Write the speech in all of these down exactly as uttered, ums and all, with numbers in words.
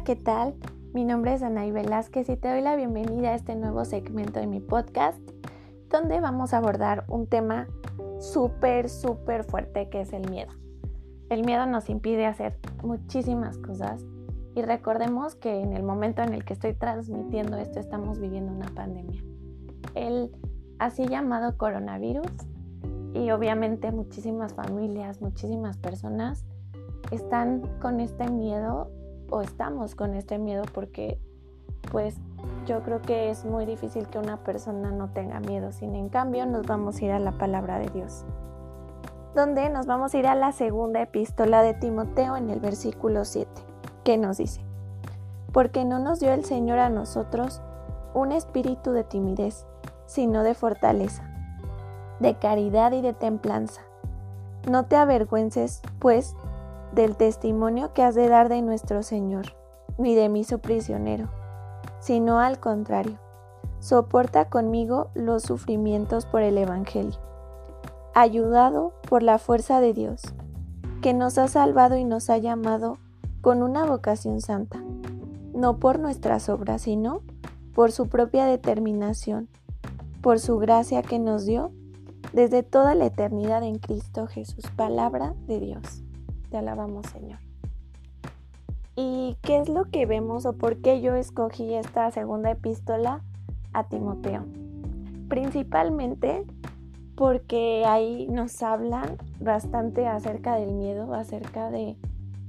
¿qué tal? Mi nombre es Anaí Velázquez y te doy la bienvenida a este nuevo segmento de mi podcast, donde vamos a abordar un tema súper, súper fuerte que es el miedo. El miedo nos impide hacer muchísimas cosas y recordemos que en el momento en el que estoy transmitiendo esto estamos viviendo una pandemia. El así llamado coronavirus y obviamente muchísimas familias, muchísimas personas están con este miedo o estamos con este miedo porque pues yo creo que es muy difícil que una persona no tenga miedo. Sin en cambio nos vamos a ir a la palabra de Dios, donde nos vamos a ir a la segunda epístola de Timoteo en el versículo siete, que nos dice: porque no nos dio el Señor a nosotros un espíritu de timidez, sino de fortaleza, de caridad y de templanza. No te avergüences, pues, del testimonio que has de dar de nuestro Señor, ni de mí su prisionero, sino al contrario, soporta conmigo los sufrimientos por el Evangelio, ayudado por la fuerza de Dios, que nos ha salvado y nos ha llamado con una vocación santa, no por nuestras obras, sino por su propia determinación, por su gracia que nos dio desde toda la eternidad en Cristo Jesús. Palabra de Dios. Te alabamos, Señor. ¿Y qué es lo que vemos o por qué yo escogí esta segunda epístola a Timoteo? Principalmente porque ahí nos hablan bastante acerca del miedo, acerca de,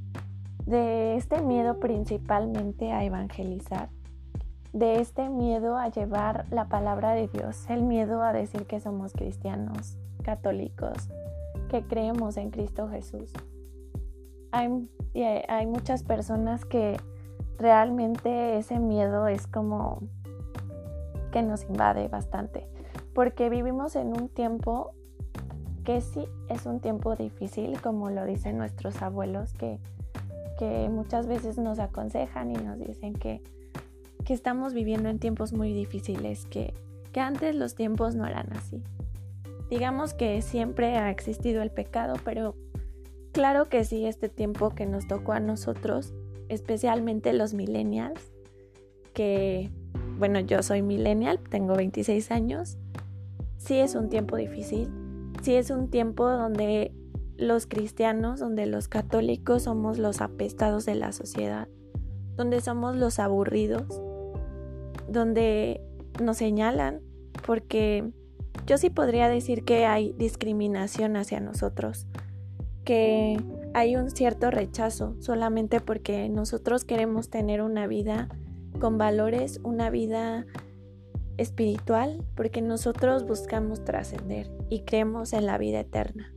de este miedo principalmente a evangelizar, de este miedo a llevar la palabra de Dios, el miedo a decir que somos cristianos, católicos, que creemos en Cristo Jesús. Hay, hay muchas personas que realmente ese miedo es como que nos invade bastante, porque vivimos en un tiempo que sí es un tiempo difícil, como lo dicen nuestros abuelos, que, que muchas veces nos aconsejan y nos dicen que, que estamos viviendo en tiempos muy difíciles, que, que antes los tiempos no eran así. Digamos que siempre ha existido el pecado, pero claro que sí, este tiempo que nos tocó a nosotros, especialmente los millennials, que, bueno, yo soy millennial, tengo veintiséis años, sí es un tiempo difícil, sí es un tiempo donde los cristianos, donde los católicos somos los apestados de la sociedad, donde somos los aburridos, donde nos señalan, porque yo sí podría decir que hay discriminación hacia nosotros, que hay un cierto rechazo solamente porque nosotros queremos tener una vida con valores, una vida espiritual, porque nosotros buscamos trascender y creemos en la vida eterna.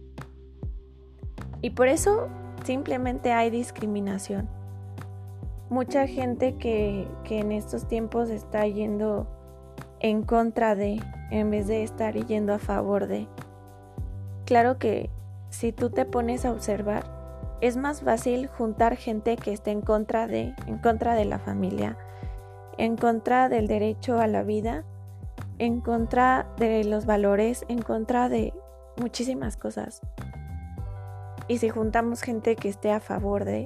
Y por eso simplemente hay discriminación. Mucha gente que, que en estos tiempos está yendo en contra de, en vez de estar yendo a favor de. Claro que si tú te pones a observar, es más fácil juntar gente que esté en contra de, en contra de la familia, en contra del derecho a la vida, en contra de los valores, en contra de muchísimas cosas. Y si juntamos gente que esté a favor de,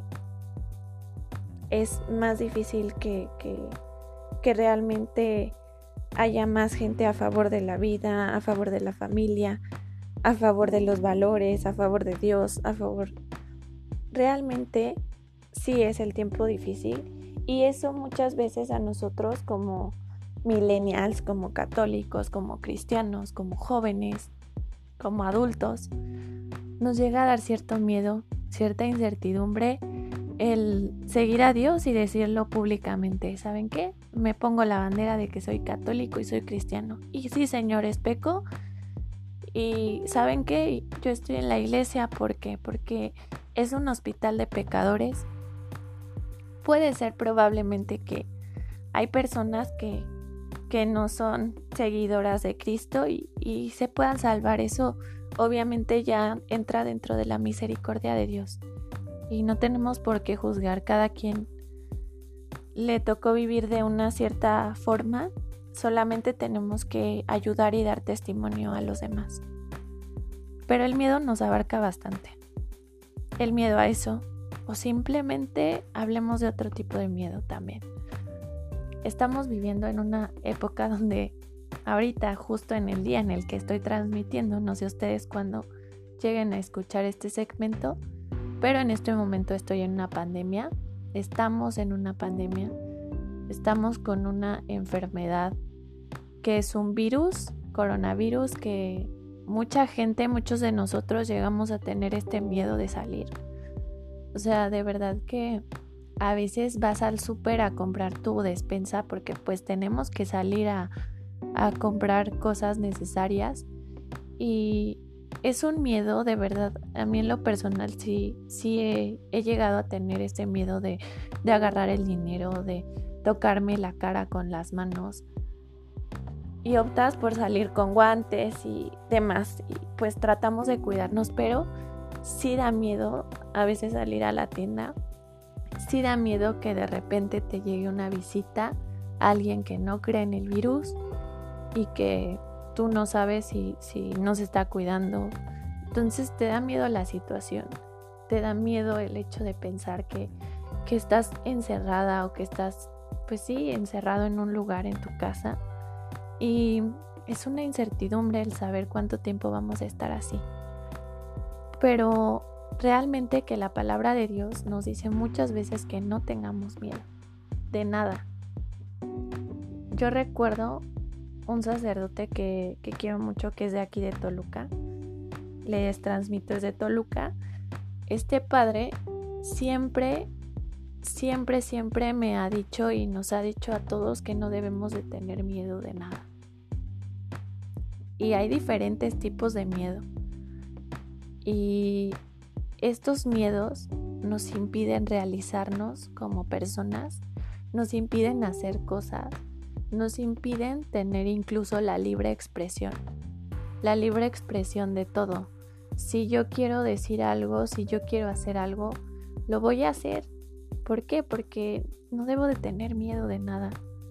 es más difícil que, que, que realmente haya más gente a favor de la vida, a favor de la familia, a favor de los valores, a favor de Dios, a favor. Realmente sí es el tiempo difícil y eso muchas veces a nosotros como millennials, como católicos, como cristianos, como jóvenes, como adultos, nos llega a dar cierto miedo, cierta incertidumbre el seguir a Dios y decirlo públicamente. ¿Saben qué? Me pongo la bandera de que soy católico y soy cristiano. Y sí, señores, peco. Y ¿saben qué? Yo estoy en la iglesia, ¿por qué? Porque es un hospital de pecadores. Puede ser probablemente que hay personas que, que no son seguidoras de Cristo y, y se puedan salvar. Eso obviamente ya entra dentro de la misericordia de Dios. Y no tenemos por qué juzgar. Cada quien le tocó vivir de una cierta forma. Solamente tenemos que ayudar y dar testimonio a los demás. Pero el miedo nos abarca bastante. El miedo a eso, o simplemente hablemos de otro tipo de miedo también. Estamos viviendo en una época donde ahorita, justo en el día en el que estoy transmitiendo, no sé ustedes cuándo lleguen a escuchar este segmento, pero en este momento estoy en una pandemia, estamos en una pandemia, estamos con una enfermedad que es un virus, coronavirus, que mucha gente, muchos de nosotros llegamos a tener este miedo de salir. O sea, de verdad que a veces vas al súper a comprar tu despensa porque pues tenemos que salir a, a comprar cosas necesarias y es un miedo, de verdad. A mí en lo personal sí, sí he, he llegado a tener este miedo de, de agarrar el dinero, de tocarme la cara con las manos y optas por salir con guantes y demás y pues tratamos de cuidarnos, pero sí da miedo a veces salir a la tienda. Sí da miedo que de repente te llegue una visita a alguien que no cree en el virus y que tú no sabes si, si no se está cuidando. Entonces te da miedo la situación, te da miedo el hecho de pensar que, que estás encerrada o que estás, pues sí, encerrado en un lugar en tu casa. Y es una incertidumbre el saber cuánto tiempo vamos a estar así. Pero realmente que la palabra de Dios nos dice muchas veces que no tengamos miedo de nada. Yo recuerdo un sacerdote que, que quiero mucho, que es de aquí de Toluca. Les transmito desde Toluca. Este padre siempre, siempre, siempre me ha dicho y nos ha dicho a todos que no debemos de tener miedo de nada. Y hay diferentes tipos de miedo. Y estos miedos nos impiden realizarnos como personas, nos impiden hacer cosas, nos impiden tener incluso la libre expresión, la libre expresión de todo. Si yo quiero decir algo, si yo quiero hacer algo, lo voy a hacer. ¿Por qué? Porque no debo de tener miedo de nada.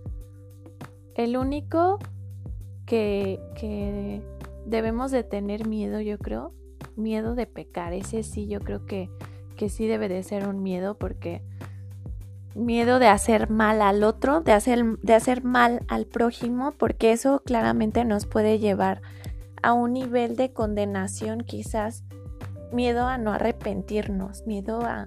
El único que, que debemos de tener miedo, yo creo, miedo de pecar, ese sí yo creo que, que sí debe de ser un miedo, porque miedo de hacer mal al otro, de hacer, de hacer mal al prójimo, porque eso claramente nos puede llevar a un nivel de condenación, quizás miedo a no arrepentirnos, miedo a,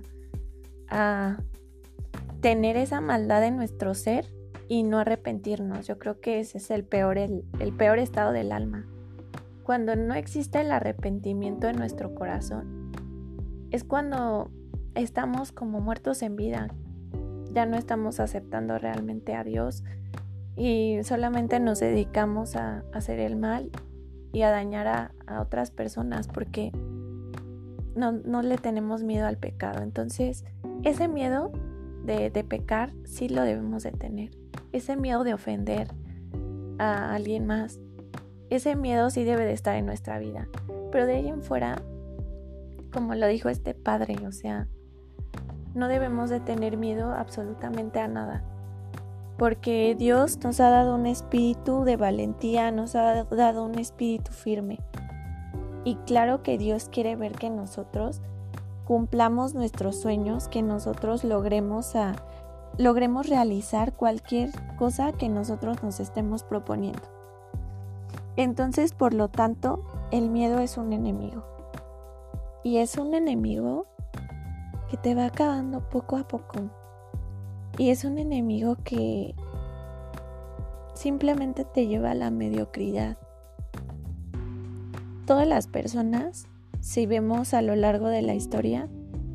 a tener esa maldad en nuestro ser y no arrepentirnos. Yo creo que ese es el peor, el, el peor estado del alma. Cuando no existe el arrepentimiento en nuestro corazón, es cuando estamos como muertos en vida. Ya no estamos aceptando realmente a Dios y solamente nos dedicamos a hacer el mal y a dañar a, a otras personas porque no, no le tenemos miedo al pecado. Entonces, ese miedo de, de pecar sí lo debemos de tener. Ese miedo de ofender a alguien más. Ese miedo sí debe de estar en nuestra vida. Pero de ahí en fuera, como lo dijo este padre, o sea, no debemos de tener miedo absolutamente a nada. Porque Dios nos ha dado un espíritu de valentía, nos ha dado un espíritu firme. Y claro que Dios quiere ver que nosotros cumplamos nuestros sueños, que nosotros logremos, a, logremos realizar cualquier cosa que nosotros nos estemos proponiendo. Entonces, por lo tanto, el miedo es un enemigo. Y es un enemigo que te va acabando poco a poco. Y es un enemigo que simplemente te lleva a la mediocridad. Todas las personas, si vemos a lo largo de la historia,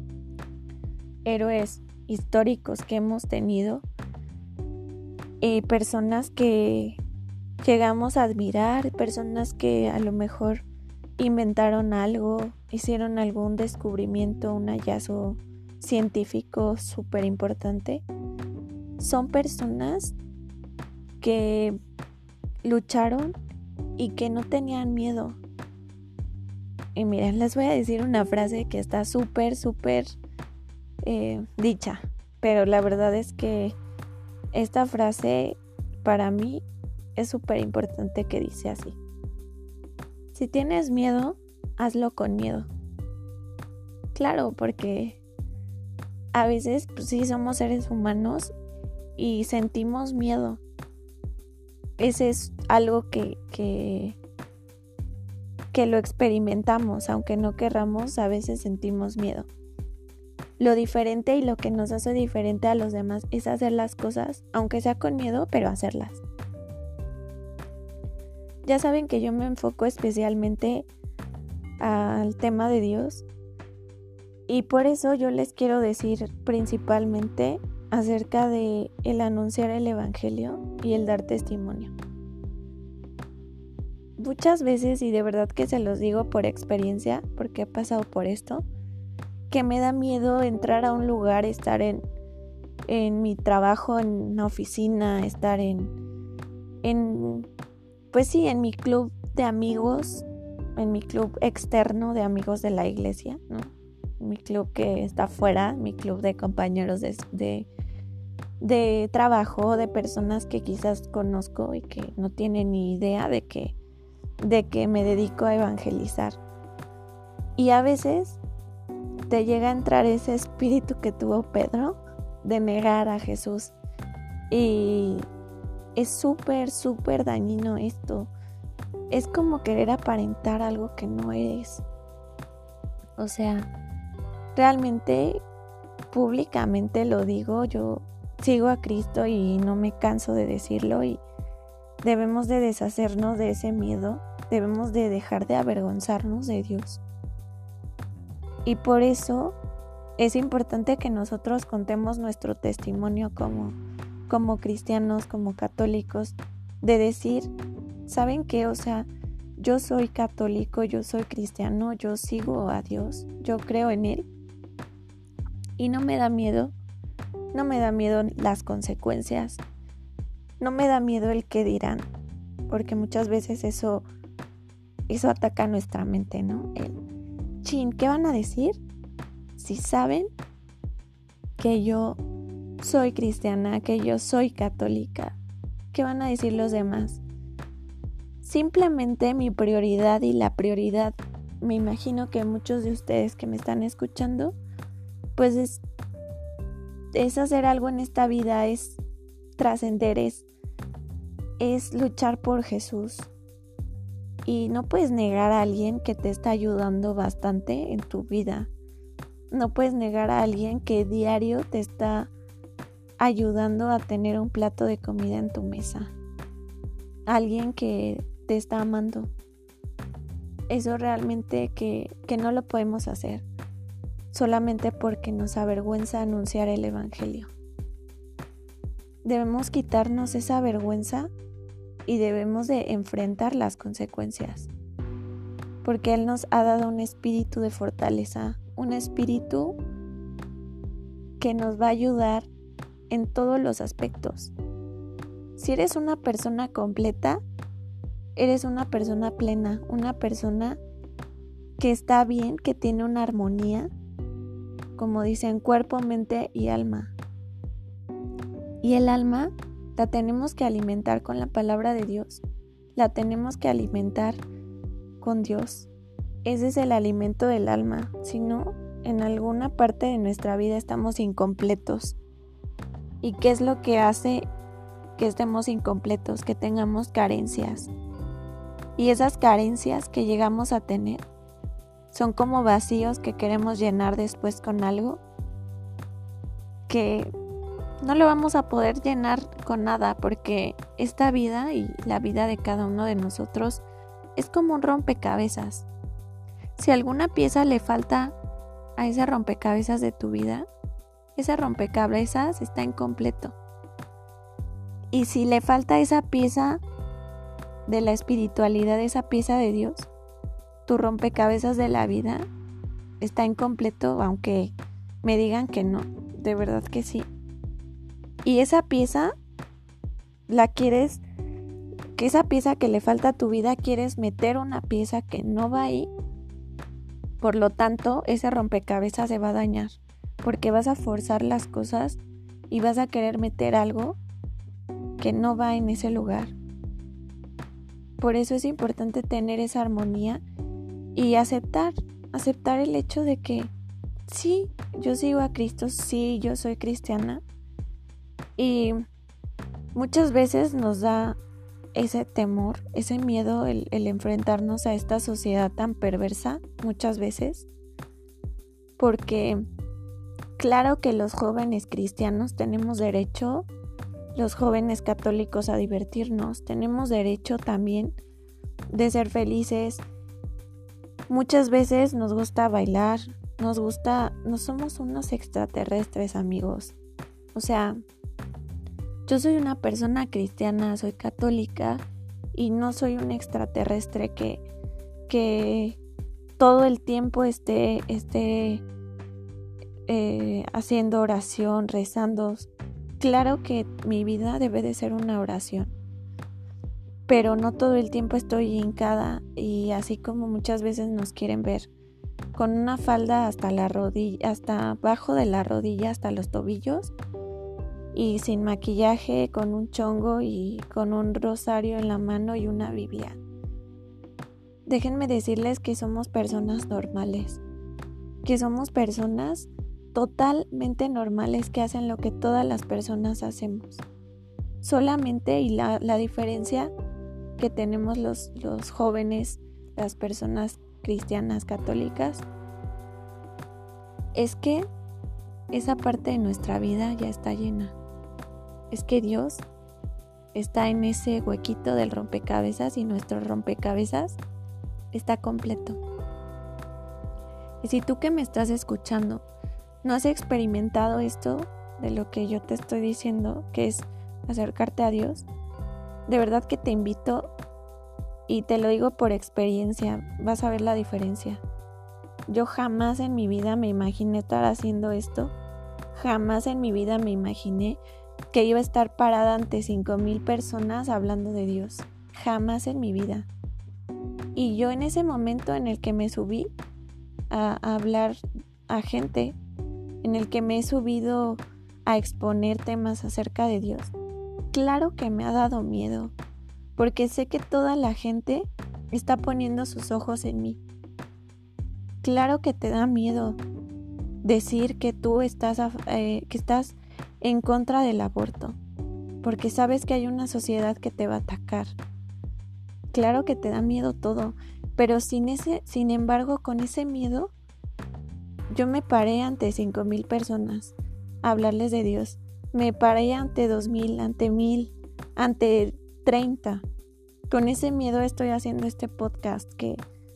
héroes históricos que hemos tenido, y personas que llegamos a admirar, personas que a lo mejor inventaron algo, hicieron algún descubrimiento, un hallazgo científico súper importante, son personas que lucharon y que no tenían miedo. Y miren, les voy a decir una frase que está súper, súper eh, dicha, pero la verdad es que esta frase para mí es súper importante, que dice así: si tienes miedo, hazlo con miedo. Claro, porque a veces pues sí somos seres humanos y sentimos miedo. Ese es algo que, que, que lo experimentamos, aunque no querramos, a veces sentimos miedo. Lo diferente y lo que nos hace diferente a los demás es hacer las cosas, aunque sea con miedo, pero hacerlas. Ya saben que yo me enfoco especialmente al tema de Dios y por eso yo les quiero decir principalmente acerca de el anunciar el evangelio y el dar testimonio. Muchas veces, y de verdad que se los digo por experiencia, porque he pasado por esto, que me da miedo entrar a un lugar, estar en, en mi trabajo, en una oficina, estar en, en, pues sí, en mi club de amigos, en mi club externo de amigos de la iglesia, ¿no? Mi club que está afuera, mi club de compañeros de, de, de trabajo, de personas que quizás conozco y que no tienen ni idea de que, de que me dedico a evangelizar. Y a veces te llega a entrar ese espíritu que tuvo Pedro de negar a Jesús. Y es súper, súper dañino esto. Es como querer aparentar algo que no eres. O sea, realmente, públicamente lo digo, yo sigo a Cristo y no me canso de decirlo y debemos de deshacernos de ese miedo, debemos de dejar de avergonzarnos de Dios. Y por eso es importante que nosotros contemos nuestro testimonio como, como cristianos, como católicos, de decir, ¿saben qué? O sea, yo soy católico, yo soy cristiano, yo sigo a Dios, yo creo en Él. Y no me da miedo, no me da miedo las consecuencias, no me da miedo el qué dirán, porque muchas veces eso, eso ataca nuestra mente, ¿no? El chin, ¿qué van a decir si saben que yo soy cristiana, que yo soy católica? ¿Qué van a decir los demás? Simplemente mi prioridad y la prioridad, me imagino que muchos de ustedes que me están escuchando, pues es, es hacer algo en esta vida, es trascender, es, es luchar por Jesús. Y no puedes negar a alguien que te está ayudando bastante en tu vida. No puedes negar a alguien que diario te está ayudando a tener un plato de comida en tu mesa. Alguien que te está amando. Eso realmente que, que no lo podemos hacer. Solamente porque nos avergüenza anunciar el evangelio. Debemos quitarnos esa vergüenza y debemos de enfrentar las consecuencias. Porque Él nos ha dado un espíritu de fortaleza, un espíritu que nos va a ayudar en todos los aspectos. Si eres una persona completa, eres una persona plena, una persona que está bien, que tiene una armonía, como dicen, cuerpo, mente y alma. Y el alma la tenemos que alimentar con la palabra de Dios, la tenemos que alimentar con Dios. Ese es el alimento del alma, si no, en alguna parte de nuestra vida estamos incompletos. ¿Y qué es lo que hace que estemos incompletos? Que tengamos carencias. Y esas carencias que llegamos a tener son como vacíos que queremos llenar después con algo que no lo vamos a poder llenar con nada, porque esta vida y la vida de cada uno de nosotros es como un rompecabezas. Si alguna pieza le falta a ese rompecabezas de tu vida, ese rompecabezas está incompleto. Y si le falta esa pieza de la espiritualidad, esa pieza de Dios, tu rompecabezas de la vida está incompleto, aunque me digan que no, de verdad que sí. Y esa pieza la quieres, que esa pieza que le falta a tu vida, quieres meter una pieza que no va ahí. Por lo tanto, ese rompecabezas se va a dañar, porque vas a forzar las cosas y vas a querer meter algo que no va en ese lugar. Por eso es importante tener esa armonía y aceptar, aceptar el hecho de que sí, yo sigo a Cristo, sí, yo soy cristiana. Y muchas veces nos da ese temor, ese miedo, el, el enfrentarnos a esta sociedad tan perversa, muchas veces. Porque claro que los jóvenes cristianos tenemos derecho, los jóvenes católicos, a divertirnos, tenemos derecho también de ser felices. Muchas veces nos gusta bailar, nos gusta, no somos unos extraterrestres, amigos. O sea, yo soy una persona cristiana, soy católica y no soy un extraterrestre que, que todo el tiempo esté, esté eh, haciendo oración, rezando. Claro que mi vida debe de ser una oración, pero no todo el tiempo estoy hincada y así como muchas veces nos quieren ver con una falda hasta la rodilla, hasta abajo de la rodilla, hasta los tobillos, y sin maquillaje, con un chongo y con un rosario en la mano y una Biblia. Déjenme decirles que somos personas normales, que somos personas totalmente normales que hacen lo que todas las personas hacemos. Solamente, y la, la diferencia que tenemos los, los jóvenes, las personas cristianas católicas, es que esa parte de nuestra vida ya está llena. Es que Dios está en ese huequito del rompecabezas y nuestro rompecabezas está completo. Y si tú que me estás escuchando no has experimentado esto de lo que yo te estoy diciendo, que es acercarte a Dios, de verdad que te invito, y te lo digo por experiencia, vas a ver la diferencia. Yo jamás en mi vida me imaginé estar haciendo esto, jamás en mi vida me imaginé que iba a estar parada ante cinco mil personas hablando de Dios, jamás en mi vida. Y yo en ese momento en el que me subí a, a hablar a gente, en el que me he subido a exponer temas acerca de Dios, claro que me ha dado miedo, porque sé que toda la gente está poniendo sus ojos en mí. Claro que te da miedo decir que tú estás, eh, que estás en contra del aborto, porque sabes que hay una sociedad que te va a atacar. Claro que te da miedo todo, pero sin ese, sin embargo, con ese miedo, yo me paré ante cinco mil personas a hablarles de Dios. Me paré ante dos mil, ante mil, ante treinta. Con ese miedo estoy haciendo este podcast, que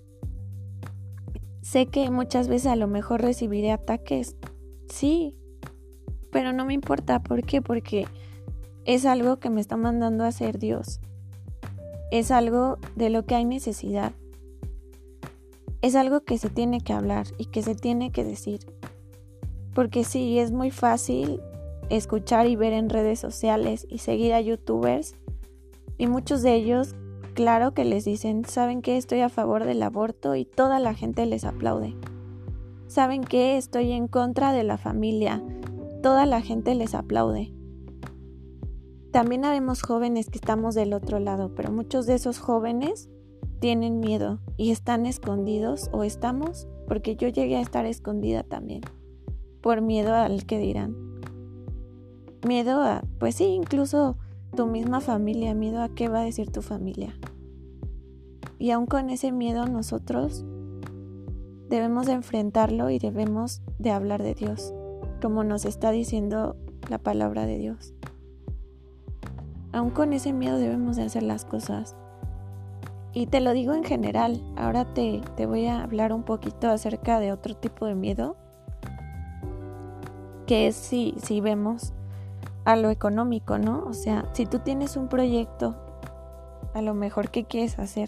sé que muchas veces a lo mejor recibiré ataques. Sí, pero no me importa. ¿Por qué? Porque es algo que me está mandando a hacer Dios. Es algo de lo que hay necesidad. Es algo que se tiene que hablar y que se tiene que decir. Porque sí, es muy fácil escuchar y ver en redes sociales y seguir a youtubers, y muchos de ellos, claro que les dicen, ¿saben qué? Estoy a favor del aborto, y toda la gente les aplaude. ¿Saben qué? Estoy en contra de la familia. Toda la gente les aplaude. También habemos jóvenes que estamos del otro lado, pero muchos de esos jóvenes tienen miedo y están escondidos, o estamos, porque yo llegué a estar escondida también, por miedo al que dirán. Miedo a, pues sí, incluso tu misma familia, miedo a qué va a decir tu familia. Y aún con ese miedo nosotros debemos de enfrentarlo y debemos de hablar de Dios, como nos está diciendo la palabra de Dios. Aún con ese miedo debemos de hacer las cosas. Y te lo digo en general. Ahora te, te voy a hablar un poquito acerca de otro tipo de miedo, que es si, si vemos a lo económico, ¿no? O sea, si tú tienes un proyecto, a lo mejor que quieres hacer,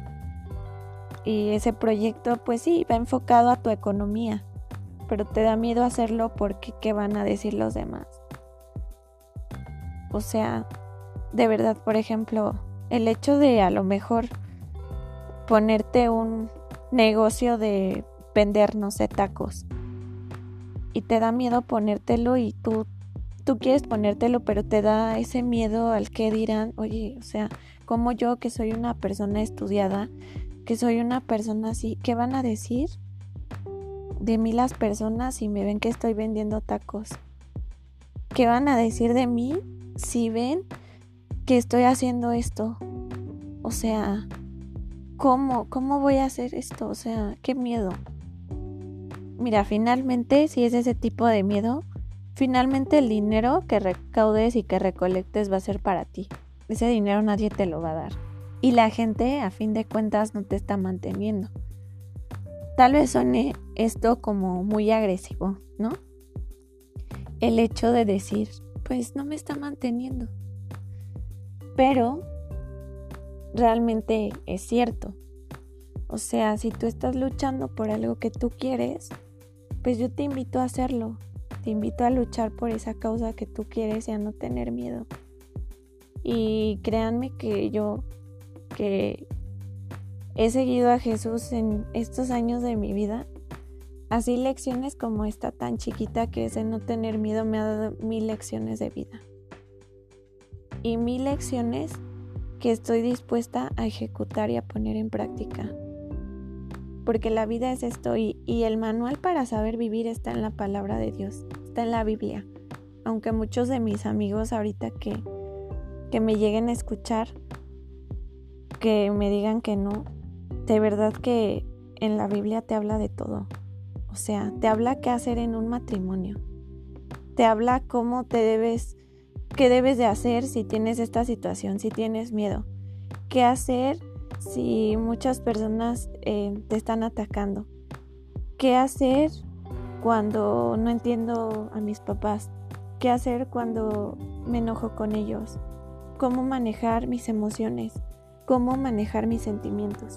y ese proyecto, pues sí, va enfocado a tu economía, pero te da miedo hacerlo porque ¿qué van a decir los demás? O sea, de verdad, por ejemplo, el hecho de a lo mejor ponerte un negocio de vender, no sé, tacos, y te da miedo ponértelo, y tú, tú quieres ponértelo, pero te da ese miedo al que dirán. Oye, o sea, como yo, que soy una persona estudiada, que soy una persona así, ¿qué van a decir? de mí las personas si me ven que estoy vendiendo tacos? ¿Qué van a decir de mí si ven que estoy haciendo esto? O sea, ¿cómo? ¿Cómo voy a hacer esto? O sea, qué miedo. Mira, finalmente, si es ese tipo de miedo, finalmente el dinero que recaudes y que recolectes va a ser para ti. Ese dinero nadie te lo va a dar. Y la gente, a fin de cuentas, no te está manteniendo. Tal vez suene esto como muy agresivo, ¿no? El hecho de decir, pues no me está manteniendo. Pero realmente es cierto. O sea, si tú estás luchando por algo que tú quieres, pues yo te invito a hacerlo. Te invito a luchar por esa causa que tú quieres y a no tener miedo. Y créanme que yo, que he seguido a Jesús en estos años de mi vida, así lecciones como esta tan chiquita que es de no tener miedo me ha dado mil lecciones de vida. Y mil lecciones que estoy dispuesta a ejecutar y a poner en práctica. Porque la vida es esto y, y el manual para saber vivir está en la palabra de Dios, está en la Biblia. Aunque muchos de mis amigos ahorita que, que me lleguen a escuchar, que me digan que no, de verdad que en la Biblia te habla de todo. O sea, te habla qué hacer en un matrimonio. Te habla cómo te debes, qué debes de hacer si tienes esta situación, si tienes miedo. Qué hacer si muchas personas eh, te están atacando. ¿Qué hacer cuando no entiendo a mis papás? ¿Qué hacer cuando me enojo con ellos? ¿Cómo manejar mis emociones? ¿Cómo manejar mis sentimientos?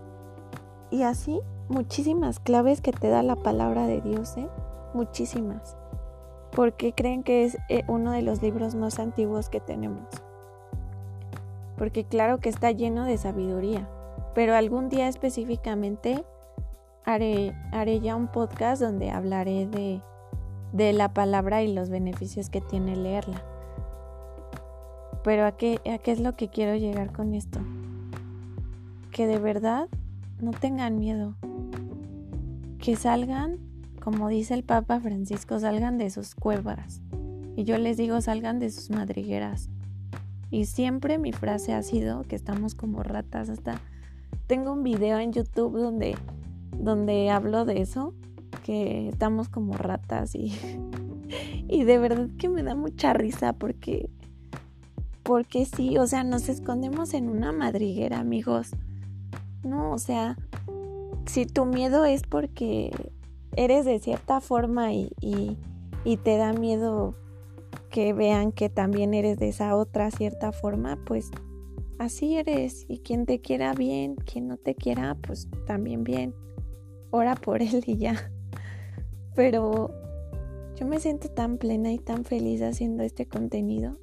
Y así, muchísimas claves que te da la palabra de Dios, ¿eh? Muchísimas. Porque creen que es eh, uno de los libros más antiguos que tenemos. Porque claro que está lleno de sabiduría, pero algún día específicamente haré, haré ya un podcast donde hablaré de, de la palabra y los beneficios que tiene leerla. Pero ¿a qué, a qué es lo que quiero llegar con esto? Que de verdad no tengan miedo, que salgan, como dice el Papa Francisco, salgan de sus cuevas. Y yo les digo, salgan de sus madrigueras. Y siempre mi frase ha sido que estamos como ratas. Hasta tengo un video en YouTube donde, donde hablo de eso, que estamos como ratas y, y de verdad que me da mucha risa porque, porque sí, o sea, nos escondemos en una madriguera, amigos. No, o sea, si tu miedo es porque eres de cierta forma y, y, y te da miedo que vean que también eres de esa otra cierta forma, pues así eres. Y quien te quiera bien, quien no te quiera, pues también bien. Ora por él y ya. Pero yo me siento tan plena y tan feliz haciendo este contenido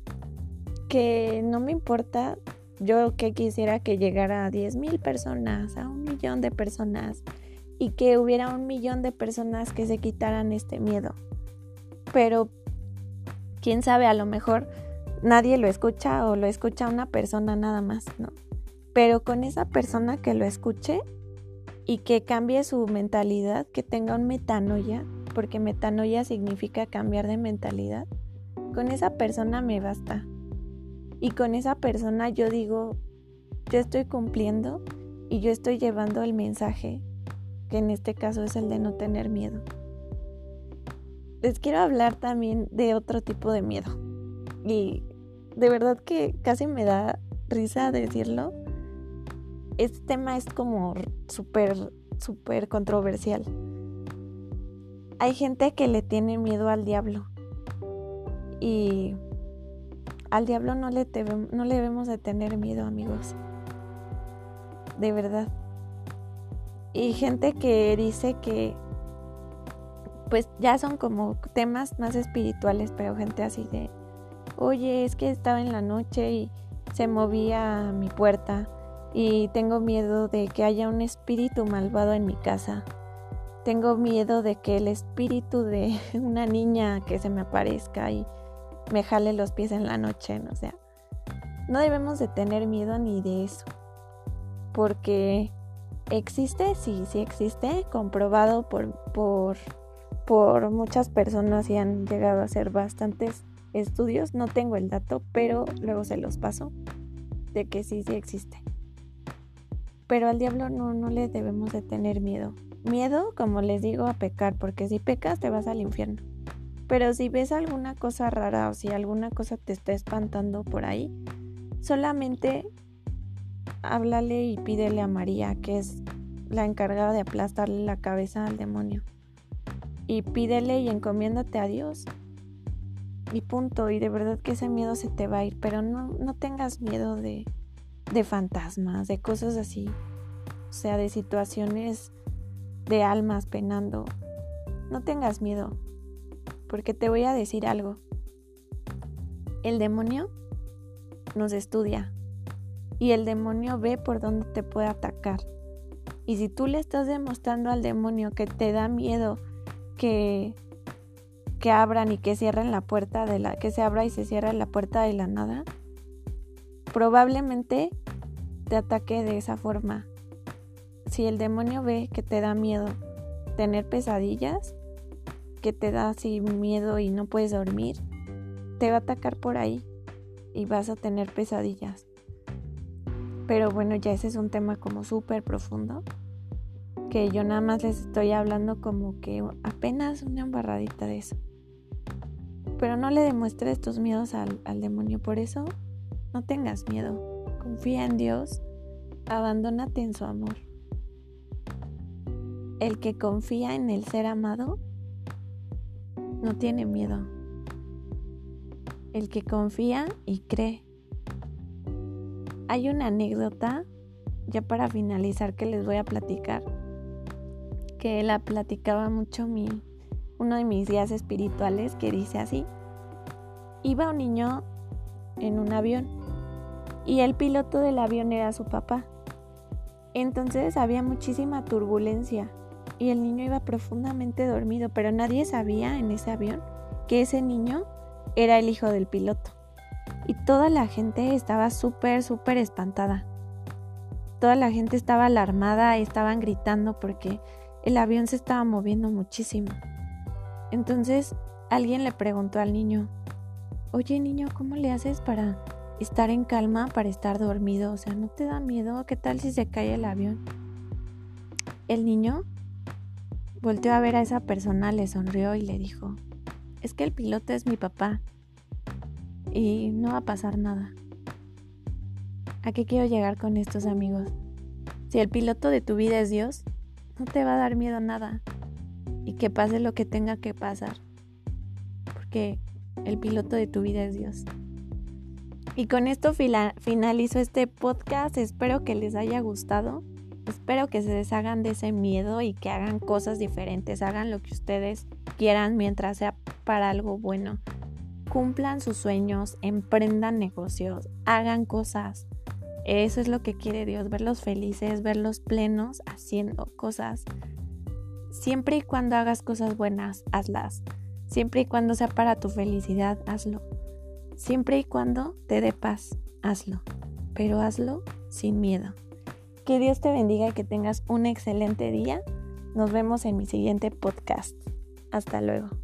que no me importa. Yo que quisiera que llegara a diez mil personas, a un millón de personas y que hubiera un millón de personas que se quitaran este miedo. Pero quién sabe, a lo mejor nadie lo escucha o lo escucha una persona nada más, ¿no? Pero con esa persona que lo escuche y que cambie su mentalidad, que tenga un metanoia, porque metanoia significa cambiar de mentalidad, con esa persona me basta. Y con esa persona yo digo, yo estoy cumpliendo y yo estoy llevando el mensaje, que en este caso es el de no tener miedo. Les quiero hablar también de otro tipo de miedo. Y de verdad que casi me da risa decirlo. Este tema es como súper, súper controversial. Hay gente que le tiene miedo al diablo. Y al diablo no le, te, no le debemos de tener miedo, amigos. De verdad. Y gente que dice que pues ya son como temas más espirituales, pero gente así de, oye, es que estaba en la noche y se movía a mi puerta y tengo miedo de que haya un espíritu malvado en mi casa. Tengo miedo de que el espíritu de una niña que se me aparezca y me jale los pies en la noche, ¿no? O sea, no debemos de tener miedo ni de eso, porque ¿existe? Sí, sí existe, comprobado por, por, por muchas personas y han llegado a hacer bastantes estudios. No tengo el dato, pero luego se los paso, de que sí, sí existe. Pero al diablo no, no le debemos de tener miedo. Miedo, como les digo, a pecar, porque si pecas te vas al infierno. Pero si ves alguna cosa rara o si alguna cosa te está espantando por ahí, solamente háblale y pídele a María, que es la encargada de aplastarle la cabeza al demonio. Y pídele y encomiéndate a Dios. Y punto. Y de verdad que ese miedo se te va a ir. Pero no, no tengas miedo de, de fantasmas, de cosas así. O sea, de situaciones de almas penando. No tengas miedo. Porque te voy a decir algo. El demonio nos estudia. Y el demonio ve por dónde te puede atacar. Y si tú le estás demostrando al demonio que te da miedo que, que abran y que cierren la puerta de la, que se abra y se cierre la puerta de la nada, probablemente te ataque de esa forma. Si el demonio ve que te da miedo tener pesadillas, que te da así miedo y no puedes dormir, te va a atacar por ahí y vas a tener pesadillas. Pero bueno, ya ese es un tema como súper profundo, que yo nada más les estoy hablando como que apenas una embarradita de eso. Pero no le demuestres tus miedos al, al demonio, por eso no tengas miedo. Confía en Dios, abandónate en su amor. El que confía en el ser amado no tiene miedo. El que confía y cree. Hay una anécdota, ya para finalizar, que les voy a platicar, que la platicaba mucho mi, uno de mis guías espirituales, que dice así: iba un niño en un avión y el piloto del avión era su papá. Entonces había muchísima turbulencia y el niño iba profundamente dormido, pero nadie sabía en ese avión que ese niño era el hijo del piloto. Y toda la gente estaba súper, súper espantada. Toda la gente estaba alarmada y estaban gritando porque el avión se estaba moviendo muchísimo. Entonces alguien le preguntó al niño: oye niño, ¿cómo le haces para estar en calma, para estar dormido? O sea, ¿no te da miedo? ¿Qué tal si se cae el avión? El niño volteó a ver a esa persona, le sonrió y le dijo: es que el piloto es mi papá y no va a pasar nada. ¿A qué quiero llegar con estos amigos? Si el piloto de tu vida es Dios, no te va a dar miedo nada. Y que pase lo que tenga que pasar. Porque el piloto de tu vida es Dios. Y con esto fila- finalizo este podcast. Espero que les haya gustado. Espero que se deshagan de ese miedo y que hagan cosas diferentes. Hagan lo que ustedes quieran mientras sea para algo bueno. Cumplan sus sueños, emprendan negocios, hagan cosas. Eso es lo que quiere Dios, verlos felices, verlos plenos, haciendo cosas. Siempre y cuando hagas cosas buenas, hazlas. Siempre y cuando sea para tu felicidad, hazlo. Siempre y cuando te dé paz, hazlo. Pero hazlo sin miedo. Que Dios te bendiga y que tengas un excelente día. Nos vemos en mi siguiente podcast. Hasta luego.